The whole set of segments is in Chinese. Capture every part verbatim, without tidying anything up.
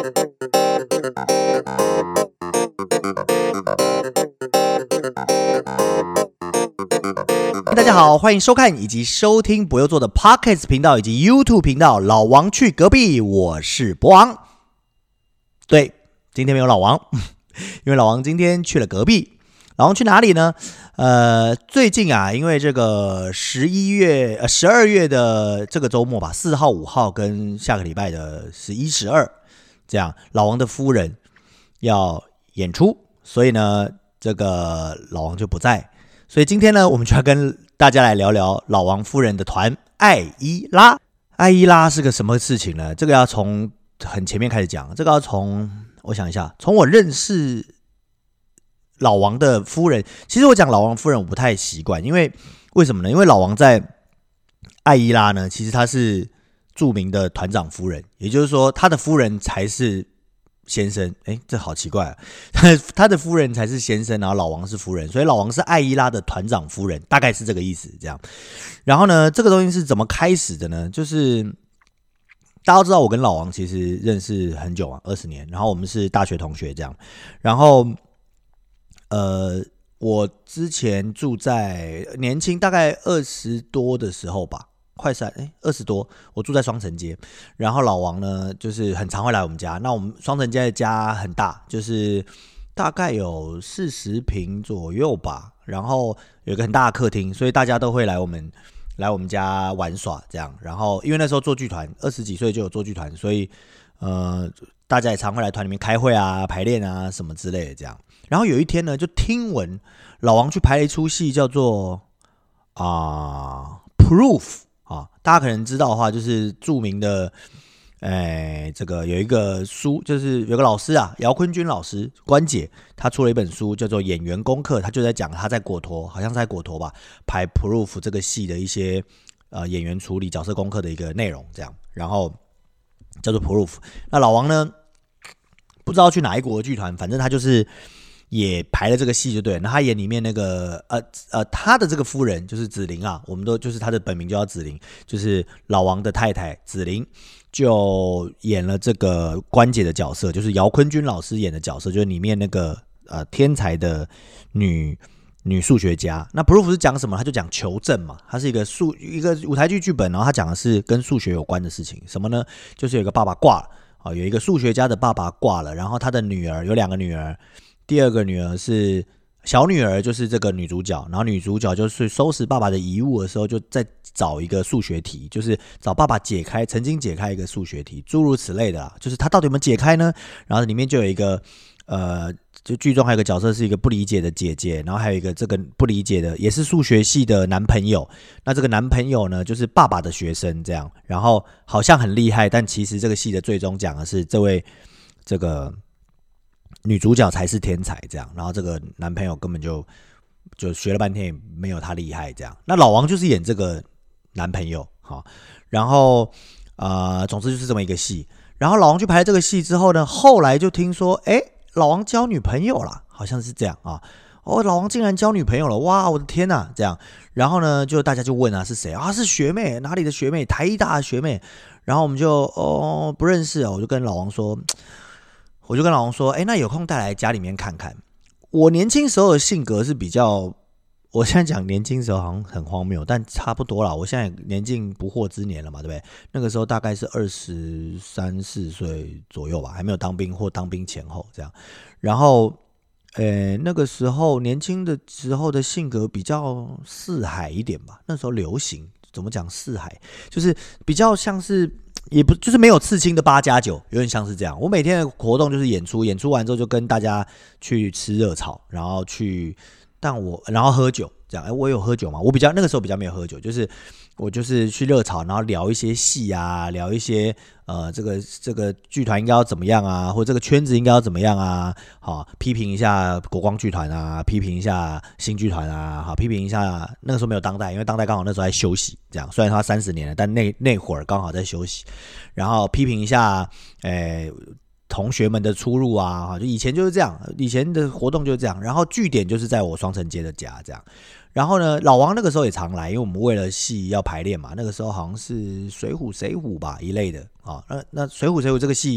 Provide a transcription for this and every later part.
大家好，欢迎收看以及收听博优做的 Podcast 频道以及 YouTube 频道。老王去隔壁，我是博王。对，今天没有老王，因为老王今天去了隔壁。老王去哪里呢？呃，最近啊，因为这个十一月、呃十二月的这个周末吧，四号、五号跟下个礼拜的十一、十二，这样，老王的夫人要演出，所以呢，这个老王就不在。所以今天呢，我们就要跟大家来聊聊老王夫人的团艾依拉。艾依拉是个什么事情呢？这个要从很前面开始讲。这个要从我想一下，从我认识老王的夫人，其实我讲老王夫人我不太习惯，因为为什么呢？因为老王在艾依拉呢，其实他是著名的团长夫人，也就是说他的夫人才是先生。哎，这好奇怪啊！他的夫人才是先生，然后老王是夫人，所以老王是艾依拉的团长夫人，大概是这个意思。这样，然后呢，这个东西是怎么开始的呢？就是大家都知道，我跟老王其实认识很久啊，二十年，然后我们是大学同学这样，然后呃，我之前住在年轻大概二十多的时候吧。快三哎，二十多，我住在双城街，然后老王呢，就是很常会来我们家。那我们双城街的家很大，就是大概有四十平左右吧，然后有一个很大的客厅，所以大家都会来我们来我们家玩耍这样。然后因为那时候做剧团，二十几岁就有做剧团，所以呃，大家也常会来团里面开会啊、排练啊什么之类的这样。然后有一天呢，就听闻老王去排了一出戏，叫做啊、呃、Proof。啊，大家可能知道的话，就是著名的，哎，这个有一个书，就是有个老师啊，姚坤君老师，关姐，他出了一本书，叫做《演员功课》，他就在讲他在果陀，好像是在果陀吧，拍《Proof》这个戏的一些呃演员处理角色功课的一个内容，这样，然后叫做《Proof》。那老王呢，不知道去哪一国的剧团，反正他就是也排了这个戏就对了。那他演里面那个呃呃他的这个夫人就是子玲啊，我们都就是他的本名就叫子玲，就是老王的太太子玲，就演了这个关姐的角色，就是姚坤君老师演的角色，就是里面那个呃天才的女女数学家。那 Proof 是讲什么？他就讲求证嘛，它是一个数一个舞台剧剧本，然后他讲的是跟数学有关的事情。什么呢？就是有一个爸爸挂了啊，有一个数学家的爸爸挂了，然后他的女儿有两个女儿。第二个女儿是小女儿，就是这个女主角，然后女主角就是收拾爸爸的遗物的时候，就在找一个数学题，就是找爸爸解开曾经解开一个数学题，诸如此类的啦。就是他到底有没有解开呢？然后里面就有一个呃，就剧中还有一个角色是一个不理解的姐姐，然后还有一个这个不理解的也是数学系的男朋友。那这个男朋友呢，就是爸爸的学生这样，然后好像很厉害，但其实这个戏的最终讲的是这位这个女主角才是天才，这样，然后这个男朋友根本就就学了半天也没有他厉害，这样。那老王就是演这个男朋友，好，然后呃，总之就是这么一个戏。然后老王去排了这个戏之后呢，后来就听说，哎，老王交女朋友了，好像是这样啊。哦，老王竟然交女朋友了，哇，我的天哪，这样。然后呢，就大家就问啊，是谁啊？是学妹，哪里的学妹？台大的学妹。然后我们就哦不认识，我就跟老王说。我就跟老王说，哎，那有空带来家里面看看。我年轻时候的性格是比较，我现在讲年轻时候好像很荒谬，但差不多啦。我现在年近不惑之年了嘛，对不对？那个时候大概是二十三四岁左右吧，还没有当兵或当兵前后这样。然后，呃，那个时候年轻的时候的性格比较四海一点吧。那时候流行怎么讲四海，就是比较像是。也不就是没有刺青的八加九，有点像是这样。我每天的活动就是演出，演出完之后就跟大家去吃热炒，然后去，但我然后喝酒，这样。哎，我有喝酒吗？我比较那个时候比较没有喝酒，就是我就是去热炒，然后聊一些戏啊，聊一些呃这个这个剧团应该要怎么样啊，或者这个圈子应该要怎么样啊，好批评一下国光剧团啊，批评一下新剧团啊，好批评一下那个时候没有当代，因为当代刚好那时候在休息，这样虽然他三十年了，但那那会儿刚好在休息，然后批评一下，诶。同学们的出入啊，就以前就是这样，以前的活动就是这样，然后据点就是在我双城街的家这样，然后呢，老王那个时候也常来，因为我们为了戏要排练嘛，那个时候好像是水浒谁虎吧一类的啊，那那水浒谁虎这个戏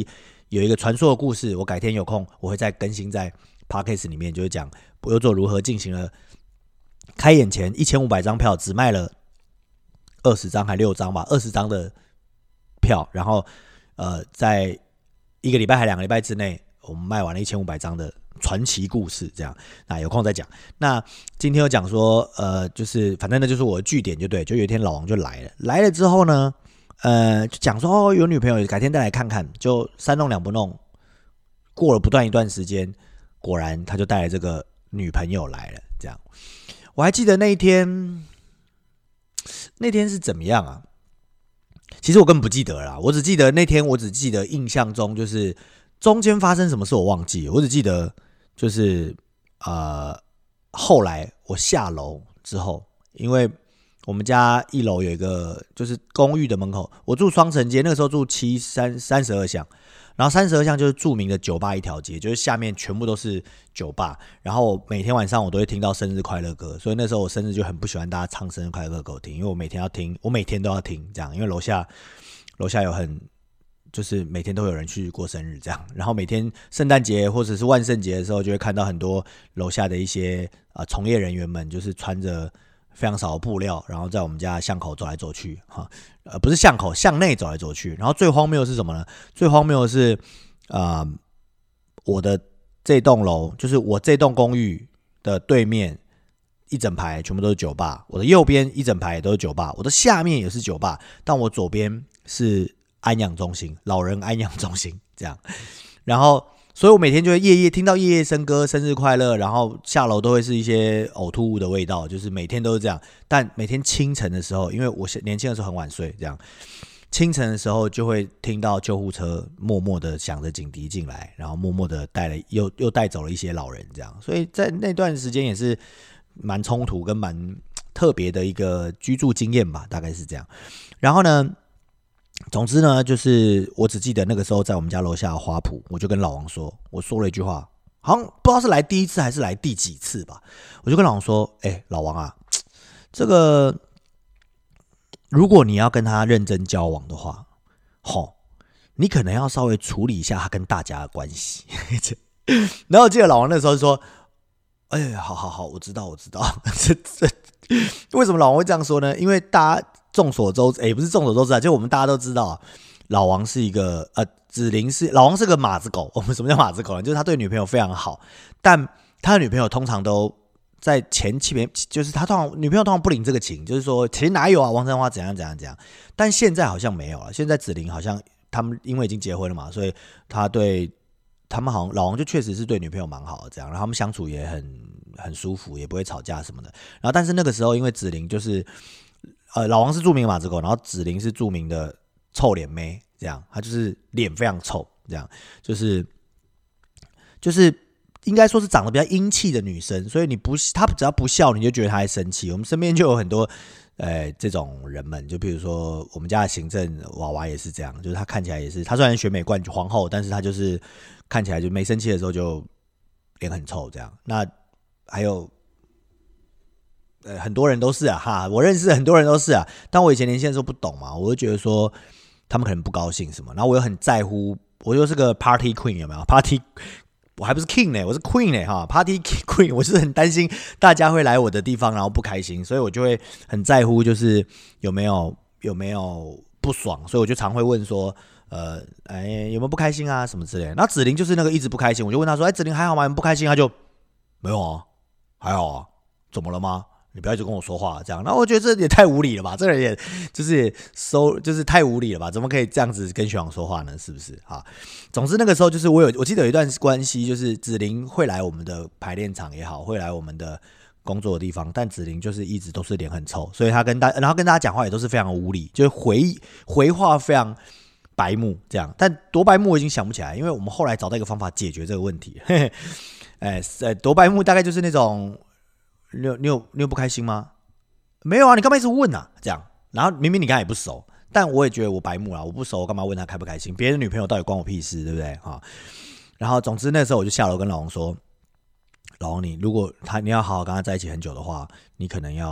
有一个传说的故事，我改天有空我会再更新在 Podcast 里面，就是讲不忧座如何进行了开演前一千五百张票只卖了二十张还六张吧，二十张的票，然后呃在一个礼拜还两个礼拜之内，我们卖完了一千五百张的传奇故事，这样，那有空再讲。那今天有讲说，呃，就是反正那就是我的据点，就对，就有一天老王就来了，来了之后呢，呃，就讲说哦有女朋友，改天再来看看，就三弄两不弄，过了不断一段时间，果然他就带了这个女朋友来了，这样。我还记得那一天，那天是怎么样啊？其实我根本不记得了啦，我只记得那天，我只记得印象中就是中间发生什么事我忘记了，我只记得就是呃后来我下楼之后，因为我们家一楼有一个就是公寓的门口，我住双城街，那个时候住七三三十二巷，然后三十二巷就是著名的酒吧一条街，就是下面全部都是酒吧，然后每天晚上我都会听到生日快乐歌，所以那时候我生日就很不喜欢大家唱生日快乐歌给我听，因为我每天要听，我每天都要听这样，因为楼下楼下有很就是每天都有人去过生日这样，然后每天圣诞节或者是万圣节的时候，就会看到很多楼下的一些呃从业人员们，就是穿着非常少的布料，然后在我们家巷口走来走去，哈，呃，不是巷口，巷内走来走去。然后最荒谬的是什么呢？最荒谬的是，呃，我的这栋楼，就是我这栋公寓的对面一整排全部都是酒吧，我的右边一整排也都是酒吧，我的下面也是酒吧，但我左边是安养中心，老人安养中心这样。然后所以我每天就会夜夜听到夜夜笙歌，生日快乐，然后下楼都会是一些呕吐物的味道，就是每天都是这样。但每天清晨的时候，因为我年轻的时候很晚睡，这样清晨的时候就会听到救护车默默的响着警笛进来，然后默默的带了又又带走了一些老人，这样。所以在那段时间也是蛮冲突跟蛮特别的一个居住经验吧，大概是这样。然后呢？总之呢，就是我只记得那个时候在我们家楼下的花圃，我就跟老王说，我说了一句话，好像不知道是来第一次还是来第几次吧，我就跟老王说，哎、欸，老王啊，这个如果你要跟他认真交往的话，吼，你可能要稍微处理一下他跟大家的关系。然后我记得老王那时候说，哎、欸，好好好，我知道我知道。这这为什么老王会这样说呢？因为大家众所周知，也、欸、不是众所周知啊，就我们大家都知道，老王是一个呃，子玲是老王是个马子狗。我们什么叫马子狗呢？就是他对女朋友非常好，但他的女朋友通常都在前期边，就是他通常女朋友通常不领这个情，就是说其实哪有啊，王成花怎样怎样怎样。但现在好像没有了，现在子玲好像他们因为已经结婚了嘛，所以他对他们好像老王就确实是对女朋友蛮好的这样，然后他们相处也很很舒服，也不会吵架什么的。然后但是那个时候因为子玲就是。呃，老王是著名的马子狗，然后子玲是著名的臭脸妹，这样，她就是脸非常臭，这样，就是就是应该说是长得比较英气的女生，所以你不她只要不笑，你就觉得她在生气。我们身边就有很多呃这种人们，就比如说我们家的行政娃娃也是这样，就是她看起来也是，她虽然选美冠军皇后，但是她就是看起来就没生气的时候就脸很臭，这样。那还有。呃，很多人都是啊，哈，我认识很多人都是啊。但我以前年轻的时候不懂嘛，我就觉得说他们可能不高兴什么，然后我又很在乎，我又是个 party queen 有没有 ？party 我还不是 king 呢，我是 queen 呢哈 ，party queen， 我是很担心大家会来我的地方然后不开心，所以我就会很在乎，就是有没有有没有不爽，所以我就常会问说，呃，哎有没有不开心啊什么之类的。那子玲就是那个一直不开心，我就问他说，哎，子玲还好吗？有没有不开心？他就没有啊，还好啊，怎么了吗？你不要一直跟我说话，这样，那我觉得这也太无理了吧？这个人也就是收，就是太无理了吧？怎么可以这样子跟学长说话呢？是不是？哈，总之那个时候就是我有，我记得有一段关系，就是子玲会来我们的排练场也好，会来我们的工作的地方，但子玲就是一直都是脸很臭，所以他跟大，然后跟大家讲话也都是非常无理，就是回回话非常白目这样。但多白目我已经想不起来，因为我们后来找到一个方法解决这个问题。嘿嘿，哎，多白目大概就是那种。你有你有你有不开心吗？没有啊，你干嘛一直问啊？这样，然后明明你跟他也不熟，但我也觉得我白目啦，我不熟，我干嘛问他开不开心？别人的女朋友到底关我屁事，对不对啊？然后总之那时候我就下楼跟老王说，老王你如果他你要好好跟他在一起很久的话，你可能要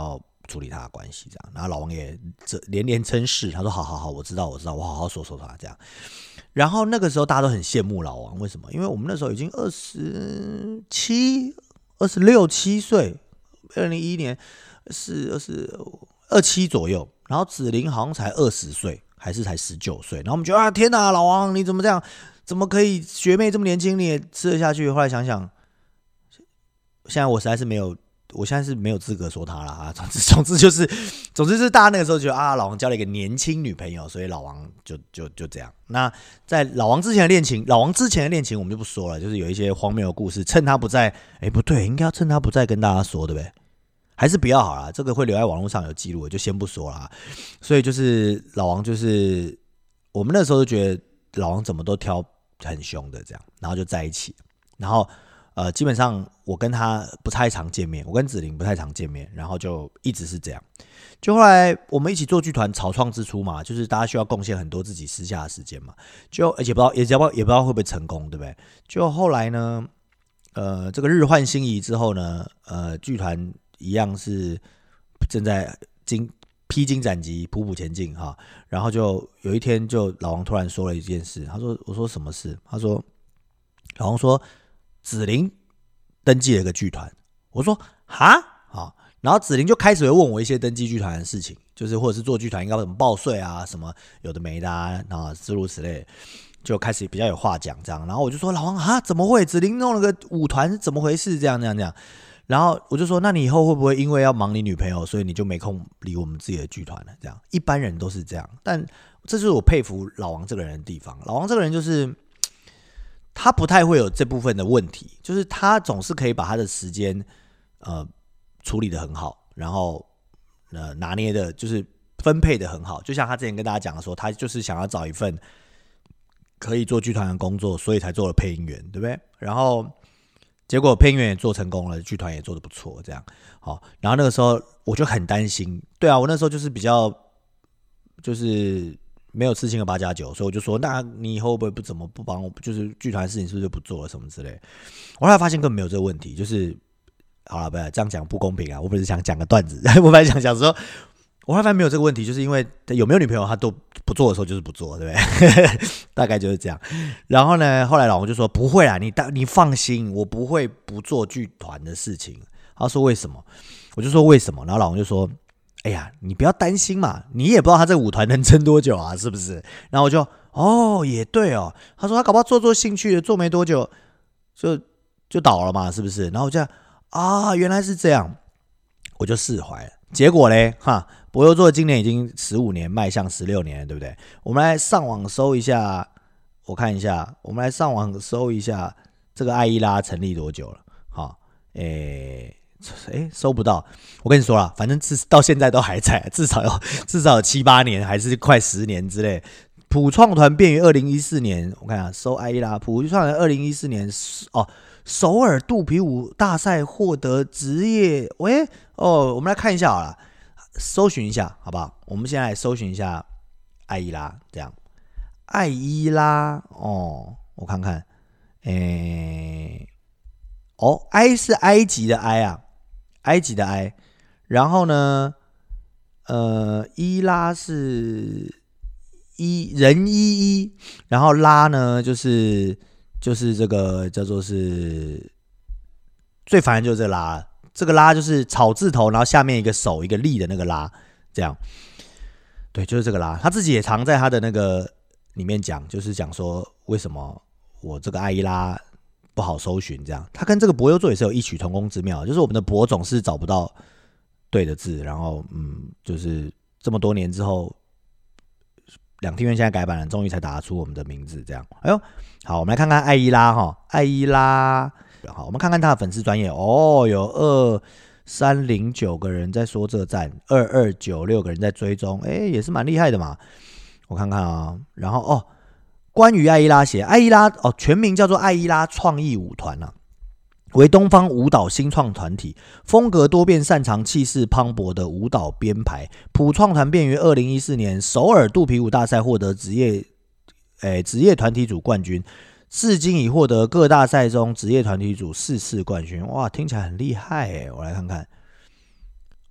处理他的关系这样。然后老王也连连称是，他说好好好，我知道我知道，我好好说说他这样。然后那个时候大家都很羡慕老王，为什么？因为我们那时候已经二十七、二十六七岁，二零一一年是二十二七左右，然后子玲好像才二十岁，还是才十九岁。然后我们觉得啊，天哪，老王你怎么这样？怎么可以学妹这么年轻你也吃得下去？后来想想，现在我实在是没有，我现在是没有资格说他了啊。总之，总之就是，总之就是大家那个时候觉得啊，老王交了一个年轻女朋友，所以老王就就就这样。那在老王之前的恋情，老王之前的恋情我们就不说了，就是有一些荒谬的故事，趁他不在，哎，不对，应该要趁他不在跟大家说，对不对？还是不要好了，这个会留在网络上有记录，就先不说了。所以就是老王，就是我们那时候就觉得老王怎么都挑很凶的这样，然后就在一起，然后呃，基本上我跟他不太常见面，我跟子玲不太常见面，然后就一直是这样。就后来我们一起做剧团草创之初嘛，就是大家需要贡献很多自己私下的时间嘛，就而且不知道也不知道也不知道会不会成功，对不对？就后来呢，呃，这个日换星移之后呢，呃，剧团一样是正在经披荆斩棘、普普前进哈。然后就有一天，就老王突然说了一件事，他说：“我说什么事？”他说：“老王说子玲登记了一个剧团。”我说：“哈啊！”然后子玲就开始会问我一些登记剧团的事情，就是或者是做剧团应该怎么报税啊，什么有的没的啊，啊诸如此类，就开始比较有话讲这样。然后我就说：“老王啊，怎么会？子玲弄了个舞团，怎么回事？这样这样这样。”然后我就说，那你以后会不会因为要忙你女朋友，所以你就没空理我们自己的剧团了？这样一般人都是这样，但这就是我佩服老王这个人的地方。老王这个人就是他不太会有这部分的问题，就是他总是可以把他的时间呃处理得很好，然后呃拿捏的就是分配的很好。就像他之前跟大家讲的说，他就是想要找一份可以做剧团的工作，所以才做了配音员，对不对？然后结果配音员也做成功了，剧团也做得不错，这样好。然后那个时候我就很担心，对啊，我那时候就是比较就是没有刺青的八加九，所以我就说，那你以后会不会不怎么不帮我，就是剧团的事情是不是就不做了什么之类？我后来发现根本没有这个问题，就是好了，不要这样讲不公平啊！我本来想讲个段子，我本来想讲说，我后来发现没有这个问题，就是因为有没有女朋友他都不做的时候就是不做，对不对？大概就是这样。然后呢，后来老王就说不会啦，你你放心，我不会不做剧团的事情。他说为什么？我就说为什么？然后老王就说，哎呀，你不要担心嘛，你也不知道他这个舞团能撑多久啊，是不是？然后我就哦，也对哦。他说他搞不好做做兴趣的，做没多久就就倒了嘛，是不是？然后我就啊，原来是这样，我就释怀了。结果嘞，哈，博优做今年已经十五年，迈向十六年了，对不对？我们来上网搜一下，我看一下，我们来上网搜一下这个艾伊拉成立多久了？好，诶。哎，搜不到。我跟你说啦，反正至到现在都还在，至少有至少有七八年，还是快十年之类。普创团便于二零一四年，我看啊，搜艾伊拉，普创团二零一四年哦，首尔肚皮舞大赛获得职业。喂，哦，我们来看一下好了，搜寻一下好不好？我们现在来搜寻一下艾伊拉，这样艾伊拉哦，我看看，诶，哦，埃是埃及的埃啊。埃及的埃，然后呢，呃，伊拉是伊人伊伊，然后拉呢就是就是这个叫做是最烦的就是这个拉，这个拉就是草字头，然后下面一个手一个力的那个拉，这样，对，就是这个拉。他自己也常在他的那个里面讲，就是讲说为什么我这个艾伊拉不好搜寻，这样，他跟这个博优座也是有异曲同工之妙，就是我们的博总是找不到对的字，然后嗯，就是这么多年之后，两厅院现在改版了，终于才打出我们的名字，这样，哎呦，好，我们来看看艾伊拉哈，艾伊拉，好，我们看看他的粉丝专页，哦，有二三零九个人在说这站，二二九六个人在追踪，哎，也是蛮厉害的嘛，我看看啊，然后哦。关于艾伊拉写，艾伊拉哦，全名叫做艾伊拉创意舞团啊，为东方舞蹈新创团体，风格多变，擅长气势磅礴的舞蹈编排。普创团便于二零一四年首尔肚皮舞大赛获得职业，诶职业团体组冠军，至今已获得各大赛中职业团体组四次冠军。哇，听起来很厉害诶！我来看看，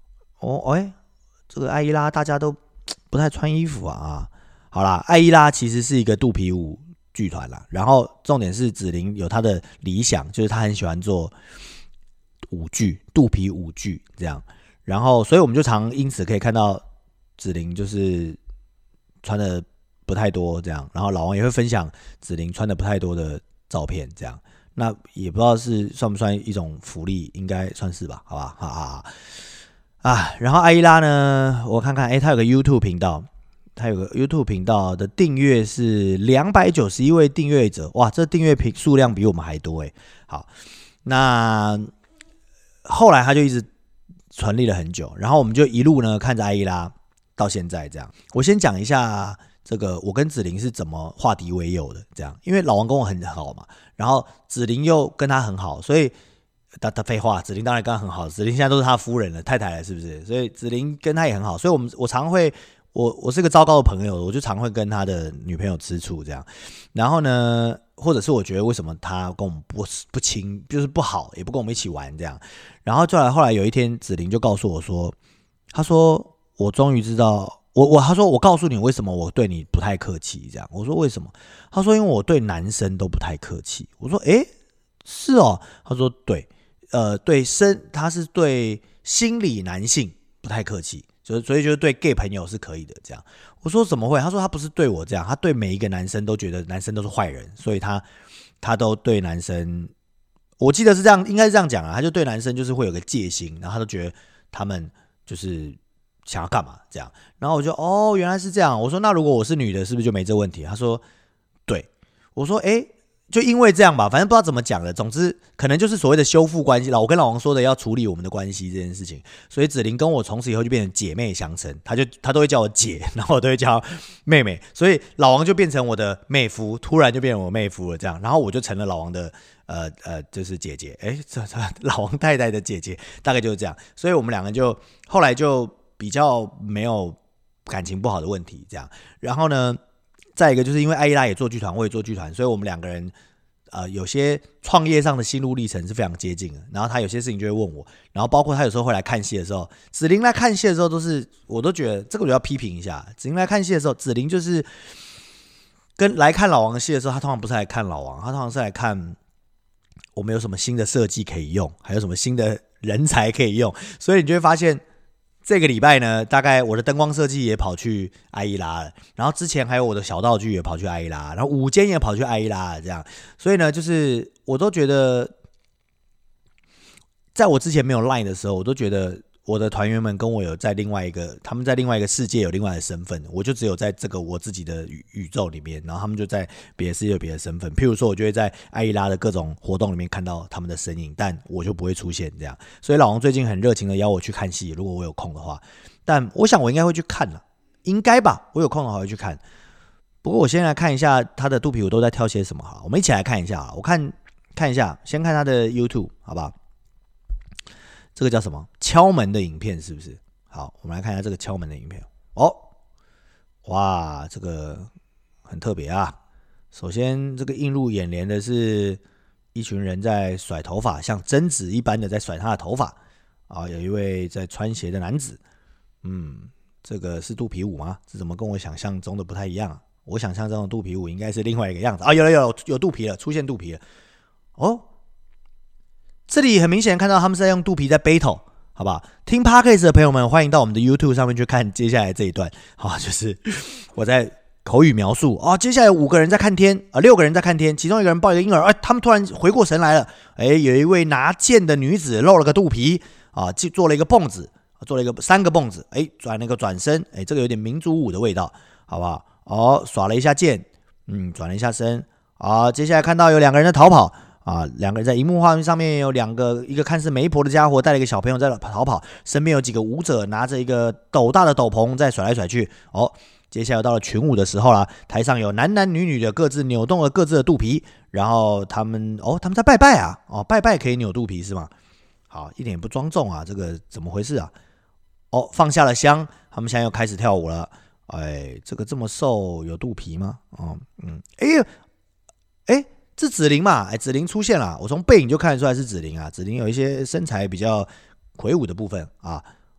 哦，哎，这个艾依拉大家都不太穿衣服啊啊。好啦，艾依拉其实是一个肚皮舞剧团啦，然后重点是子玲有她的理想，就是她很喜欢做舞剧，肚皮舞剧这样，然后所以我们就常因此可以看到子玲就是穿的不太多这样，然后老王也会分享子玲穿的不太多的照片这样，那也不知道是算不算一种福利，应该算是吧，好吧，哈哈啊，然后艾依拉呢，我看看，哎，他有个 YouTube 频道。他有个 YouTube 频道的订阅是两百九十一位订阅者，哇，这订阅数量比我们还多哎。好，那后来他就一直成立了很久，然后我们就一路呢看着艾依拉到现在这样。我先讲一下这个我跟子玲是怎么化敌为友的，这样，因为老王跟我很好嘛，然后子玲又跟他很好，所以他他废话，子玲当然跟他很好，子玲现在都是他夫人了，太太了，是不是？所以子玲跟他也很好，所以我们我常会。我我是个糟糕的朋友，我就常会跟他的女朋友吃醋这样，然后呢，或者是我觉得为什么他跟我们不不亲，就是不好，也不跟我们一起玩这样，然后就来后来有一天，子玲就告诉我说，他说我终于知道，我我他说我告诉你为什么我对你不太客气这样，我说为什么？他说因为我对男生都不太客气，我说诶是哦，他说对，呃对生他是对心理男性不太客气。所以就是对 gay 朋友是可以的，这样。我说怎么会？他说他不是对我这样，他对每一个男生都觉得男生都是坏人，所以他他都对男生，我记得是这样，应该是这样讲啊。他就对男生就是会有个戒心，然后他都觉得他们就是想要干嘛这样。然后我就哦原来是这样。我说那如果我是女的，是不是就没这问题？他说对。我说哎。就因为这样吧，反正不知道怎么讲了。总之，可能就是所谓的修复关系啦。我跟老王说的要处理我们的关系这件事情，所以子玲跟我从此以后就变成姐妹相称，她就她都会叫我姐，然后我都会叫妹妹，所以老王就变成我的妹夫，突然就变成我妹夫了这样，然后我就成了老王的呃呃就是姐姐，哎，这这老王太太的姐姐，大概就是这样。所以我们两个就后来就比较没有感情不好的问题这样，然后呢。再一个就是因为艾依拉也做剧团，我也做剧团，所以我们两个人呃有些创业上的心路历程是非常接近的。然后他有些事情就会问我，然后包括他有时候会来看戏的时候，子玲来看戏的时候都是，我都觉得这个我要批评一下。子玲来看戏的时候，子玲就是跟来看老王的戏的时候，他通常不是来看老王，他通常是来看我们有什么新的设计可以用，还有什么新的人才可以用，所以你就会发现。这个礼拜呢，大概我的灯光设计也跑去艾依拉了，然后之前还有我的小道具也跑去艾依拉，然后舞间也跑去艾依拉了，这样，所以呢，就是我都觉得，在我之前没有 Line 的时候，我都觉得我的团员们跟我有在另外一个，他们在另外一个世界有另外的身份，我就只有在这个我自己的宇宙里面，然后他们就在别的世界有别的身份。譬如说，我就会在艾依拉的各种活动里面看到他们的身影，但我就不会出现这样。所以老王最近很热情的邀我去看戏，如果我有空的话，但我想我应该会去看了，应该吧？我有空的话会去看。不过我先来看一下他的肚皮舞都在跳些什么好，我们一起来看一下好，我看看一下，先看他的 YouTube 好不好？这个叫什么？敲门的影片是不是？好，我们来看一下这个敲门的影片。哦，哇，这个很特别啊！首先，这个映入眼帘的是一群人在甩头发，像贞子一般的在甩他的头发啊。有一位在穿鞋的男子，嗯，这个是肚皮舞吗？这怎么跟我想象中的不太一样啊？我想象中的肚皮舞应该是另外一个样子啊！有了有了，有肚皮了，出现肚皮了。哦。这里很明显看到他们是在用肚皮在 battle， 好不好？听 Podcast 的朋友们，欢迎到我们的 YouTube 上面去看接下来这一段，好，就是我在口语描述哦。接下来五个人在看天啊，六个人在看天，其中一个人抱一个婴儿，哎，他们突然回过神来了，哎，有一位拿剑的女子露了个肚皮啊，做了一个蹦子，做了一个三个蹦子，哎，转了一个转身，哎，这个有点民族舞的味道，好不好？哦，耍了一下剑，嗯，转了一下身，啊，接下来看到有两个人在逃跑。啊，两个人在荧幕画面上面有两个，一个看似媒婆的家伙带了一个小朋友在逃跑，身边有几个舞者拿着一个斗大的斗篷在甩来甩去。哦，接下来到了群舞的时候啦，台上有男男女女的各自扭动了各自的肚皮，然后他们哦他们在拜拜啊，哦拜拜可以扭肚皮是吗？好，一点也不庄重啊，这个怎么回事啊？哦，放下了香，他们现在又开始跳舞了。哎，这个这么瘦有肚皮吗？哦，嗯，哎呦，哎。是子玲嘛？哎，子玲出现了，我从背影就看得出来是子玲啊。子玲有一些身材比较魁梧的部分啊。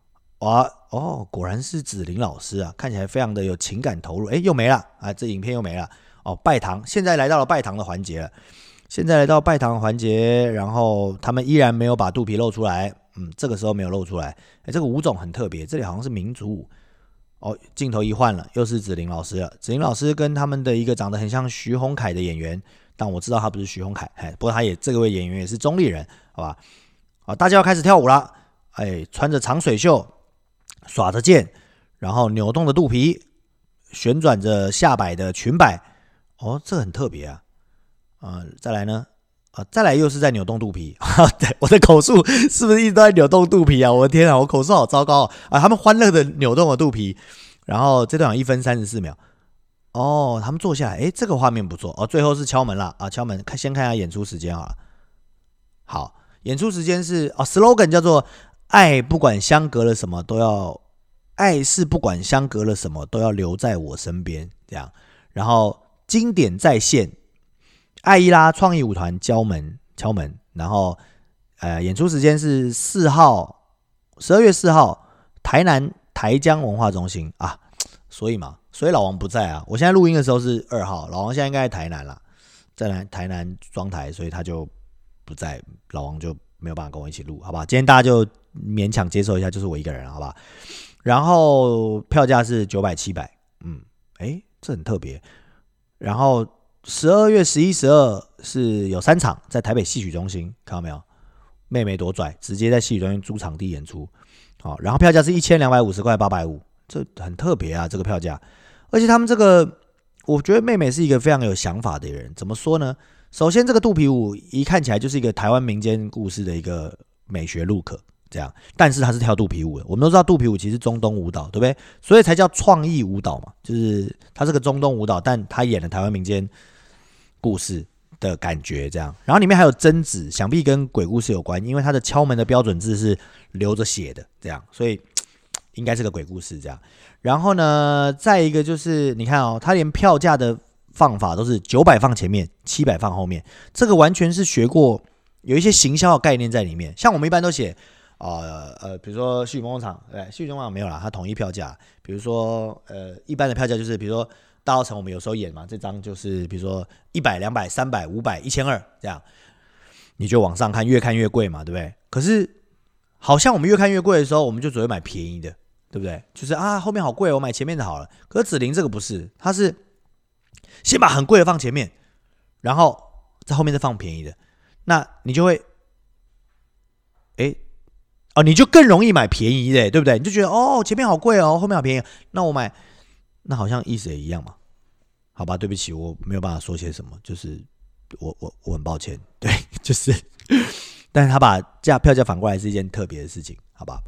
哇哦，果然是子玲老师啊，看起来非常的有情感投入。哎，又没了啊，这影片又没了哦。拜堂，现在来到了拜堂的环节了。现在来到拜堂的环节，然后他们依然没有把肚皮露出来。嗯，这个时候没有露出来。哎，这个舞种很特别，这里好像是民族舞。哦，镜头一换了，又是子玲老师了。子玲老师跟他们的一个长得很像徐宏凯的演员，但我知道他不是徐宏凯，不过他也这位演员也是中立人，好吧？啊，大家要开始跳舞了。哎，穿着长水袖，耍着剑，然后扭动着肚皮，旋转着下摆的裙摆。哦，这很特别啊。呃，再来呢？啊，再来又是在扭动肚皮。对，我的口述是不是一直都在扭动肚皮啊？我的天啊，我口述好糟糕啊！他们欢乐的扭动了肚皮，然后这段一分三十四秒。哦，他们坐下来，哎，这个画面不错哦。最后是敲门了啊，敲门，看先看一下演出时间好了。好，演出时间是哦 ，slogan 叫做“爱不管相隔了什么都要，爱是不管相隔了什么都要留在我身边”这样。然后经典再现。艾依拉创意舞团敲门敲门，然后呃，演出时间是四号，十二月四号，台南台江文化中心啊，所以嘛，所以老王不在啊。我现在录音的时候是二号，老王现在应该在台南啦，在台台南装台，所以他就不在，老王就没有办法跟我一起录，好吧？今天大家就勉强接受一下，就是我一个人，好吧？然后票价是九百七百，嗯，哎，这很特别，然后。十二月十一、十二是有三场，在台北戏曲中心，看到没有？妹妹多拽，直接在戏曲中心租场地演出。好，然后票价是一千两百五十块，八百五，这很特别啊，这个票价。而且他们这个，我觉得妹妹是一个非常有想法的人。怎么说呢？首先，这个肚皮舞一看起来就是一个台湾民间故事的一个美学路可。这样，但是他是跳肚皮舞的。我们都知道肚皮舞其实是中东舞蹈，对不对？所以才叫创意舞蹈嘛，就是它是个中东舞蹈，但他演了台湾民间故事的感觉，这样。然后里面还有贞子，想必跟鬼故事有关，因为他的敲门的标准字是流着血的，这样，所以应该是个鬼故事这样。然后呢，再一个就是你看哦，他连票价的放法都是九百放前面，七百放后面，这个完全是学过，有一些行销的概念在里面。像我们一般都写。呃呃，比如说戏曲工厂，对，戏曲工厂没有啦，它统一票价。比如说，呃，一般的票价就是，比如说大稻埕我们有时候演嘛，这张就是比如说一百、两百、三百、五百、一千二这样，你就往上看，越看越贵嘛，对不对？可是好像我们越看越贵的时候，我们就只会买便宜的，对不对？就是啊，后面好贵，我买前面的好了。可是子玲这个不是，它是先把很贵的放前面，然后在后面再放便宜的，那你就会，哎。哦，你就更容易买便宜的，对不对？你就觉得哦，前面好贵哦，后面好便宜，那我买，那好像意思也一样嘛。好吧，对不起，我没有办法说些什么，就是我我我很抱歉，对，就是，但是他把价票价反过来是一件特别的事情，好吧？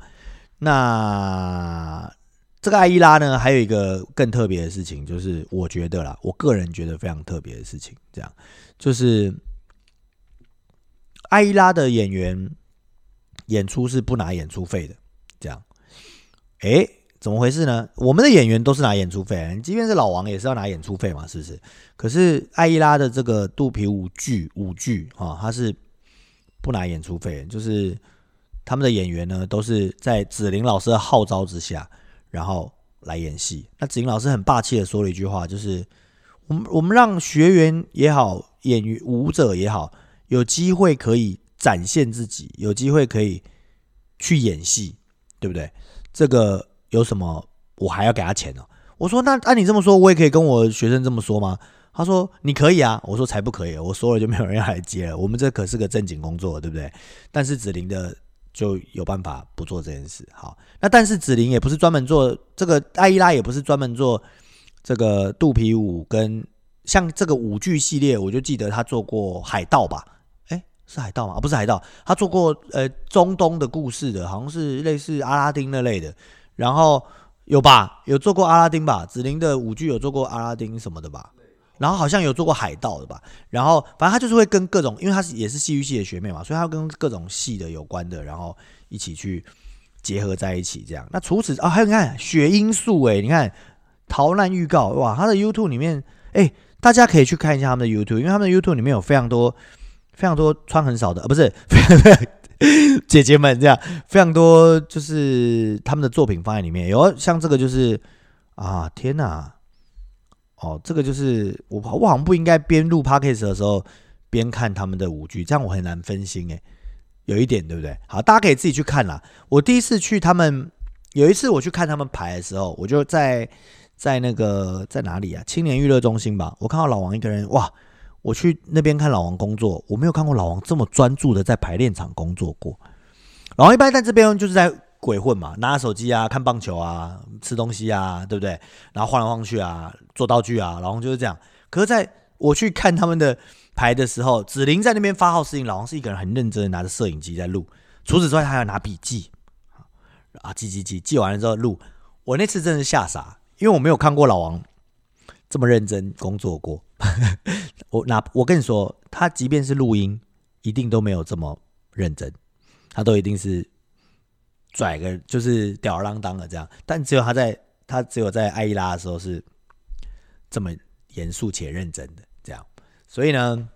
那这个艾依拉呢，还有一个更特别的事情，就是我觉得啦，我个人觉得非常特别的事情，这样就是艾依拉的演员。演出是不拿演出费的，这样，哎，怎么回事呢？我们的演员都是拿演出费，即便是老王也是要拿演出费嘛，是不是？可是艾依拉的这个肚皮舞剧舞剧啊，他是不拿演出费，就是他们的演员呢都是在子玲老师的号召之下，然后来演戏。那子玲老师很霸气的说了一句话，就是我们我们让学员也好，演员舞者也好，有机会可以。展现自己，有机会可以去演戏，对不对？这个有什么我还要给他钱呢、哦？我说那按你这么说，我也可以跟我学生这么说吗？他说你可以啊，我说才不可以，我说了就没有人要来接了。我们这可是个正经工作，对不对？但是子玲的就有办法不做这件事。好，那但是子玲也不是专门做这个，艾依拉也不是专门做这个肚皮舞跟像这个舞剧系列，我就记得他做过海盗吧。是海盗吗？不是海盗，他做过呃中东的故事的，好像是类似阿拉丁那类的。然后有吧，有做过阿拉丁吧？子玲的舞剧有做过阿拉丁什么的吧？然后好像有做过海盗的吧？然后反正他就是会跟各种，因为他也是戏剧系的学妹嘛，所以他跟各种戏的有关的，然后一起去结合在一起这样。那除此啊、哦，还有你看血因素哎，你看逃难预告哇，他的 YouTube 里面哎，大家可以去看一下他们的 YouTube， 因为他们的 YouTube 里面有非常多。非常多穿很少的，呃、不是姐姐们这样，非常多就是他们的作品放在里面。有像这个就是啊，天哪！哦，这个就是我我好像不应该边录 podcast 的时候边看他们的舞剧，这样我很难分心哎，有一点对不对？好，大家可以自己去看啦。我第一次去他们，有一次我去看他们排的时候，我就在在那个在哪里啊？青年娱乐中心吧，我看到老王一个人，哇！我去那边看老王工作，我没有看过老王这么专注的在排练场工作过。老王一般在这边就是在鬼混嘛，拿着手机啊，看棒球啊，吃东西啊，对不对？然后晃来晃去啊，做道具啊，老王就是这样。可是在我去看他们的排的时候，子玲在那边发号施令，老王是一个人很认真的拿着摄影机在录。除此之外，他还要拿笔记啊，记记记，记完了之后录。我那次真的是吓傻，因为我没有看过老王这么认真工作过。我那我跟你说，他即便是录音，一定都没有这么认真，他都一定是拽个就是吊儿郎当的这样。但只有他在他只有在艾依拉的时候是这么严肃且认真的这样。所以呢，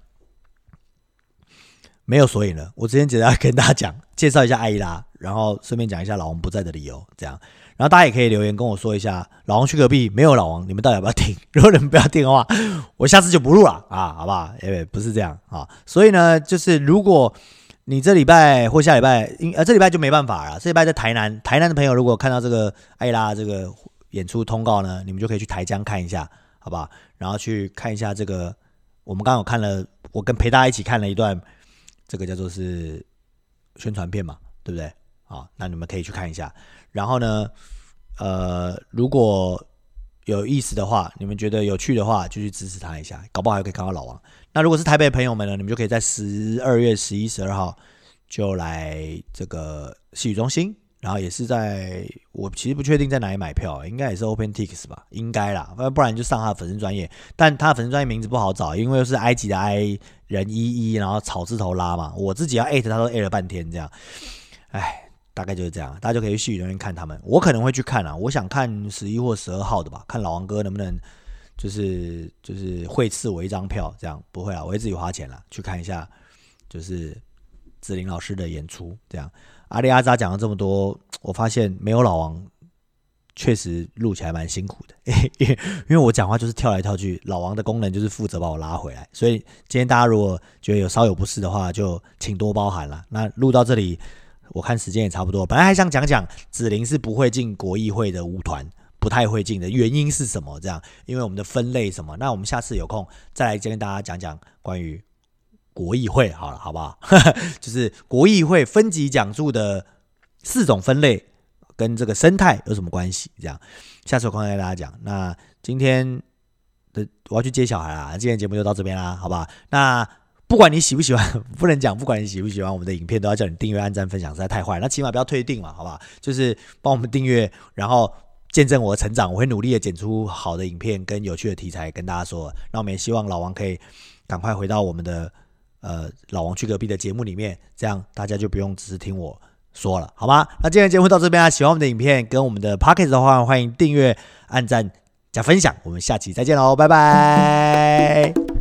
没有所以呢，我之前只要跟大家讲介绍一下艾依拉，然后顺便讲一下老王不在的理由这样。然后大家也可以留言跟我说一下，老王去隔壁没有老王，你们到底要不要听？如果你们不要听的话，我下次就不录了啊，好不好？欸、不是这样啊，所以呢，就是如果你这礼拜或下礼拜，呃，这礼拜就没办法了。这礼拜在台南，台南的朋友如果看到这个艾拉这个演出通告呢，你们就可以去台江看一下，好不好？然后去看一下这个，我们刚刚有看了，我跟陪大家一起看了一段，这个叫做是宣传片嘛，对不对？好，那你们可以去看一下。然后呢，呃，如果有意思的话，你们觉得有趣的话，就去支持他一下，搞不好还可以看到老王。那如果是台北的朋友们呢，你们就可以在十二月十一、十二号就来这个戏曲中心，然后也是在我其实不确定在哪里买票，应该也是 OpenTix 吧，应该啦，不然就上他的粉丝专页，但他的粉丝专页名字不好找，因为又是埃及的埃人一一，然后草字头拉嘛，我自己要 at 他都 at 了半天这样，哎。大概就是这样，大家就可以去戏剧中心看他们。我可能会去看啊，我想看十一或十二号的吧，看老王哥能不能就是就是会赐我一张票，这样不会啊，我会自己花钱啦，去看一下就是子玲老师的演出。这样，阿里阿扎讲了这么多，我发现没有老王确实录起来蛮辛苦的，因为因为我讲话就是跳来跳去，老王的功能就是负责把我拉回来，所以今天大家如果觉得有稍有不适的话，就请多包涵啦。那录到这里。我看时间也差不多，本来还想讲讲子玲是不会进国艺会的舞团，不太会进的原因是什么？这样，因为我们的分类什么？那我们下次有空再来跟大家讲讲关于国艺会好了，好不好？就是国艺会分级讲述的四种分类跟这个生态有什么关系？这样，下次有空再跟大家讲。那今天的我要去接小孩啦，今天节目就到这边啦，好不好？那。不管你喜不喜欢，不能讲不管你喜不喜欢我们的影片，都要叫你订阅、按赞、分享，实在太坏了。那起码不要退订嘛，好不好？就是帮我们订阅，然后见证我的成长。我会努力的剪出好的影片跟有趣的题材跟大家说。那我们也希望老王可以赶快回到我们的呃老王去隔壁的节目里面，这样大家就不用只是听我说了，好吗？那今天的节目到这边啊，喜欢我们的影片跟我们的 podcast 的话，欢迎订阅、按赞、加分享。我们下期再见喽，拜拜。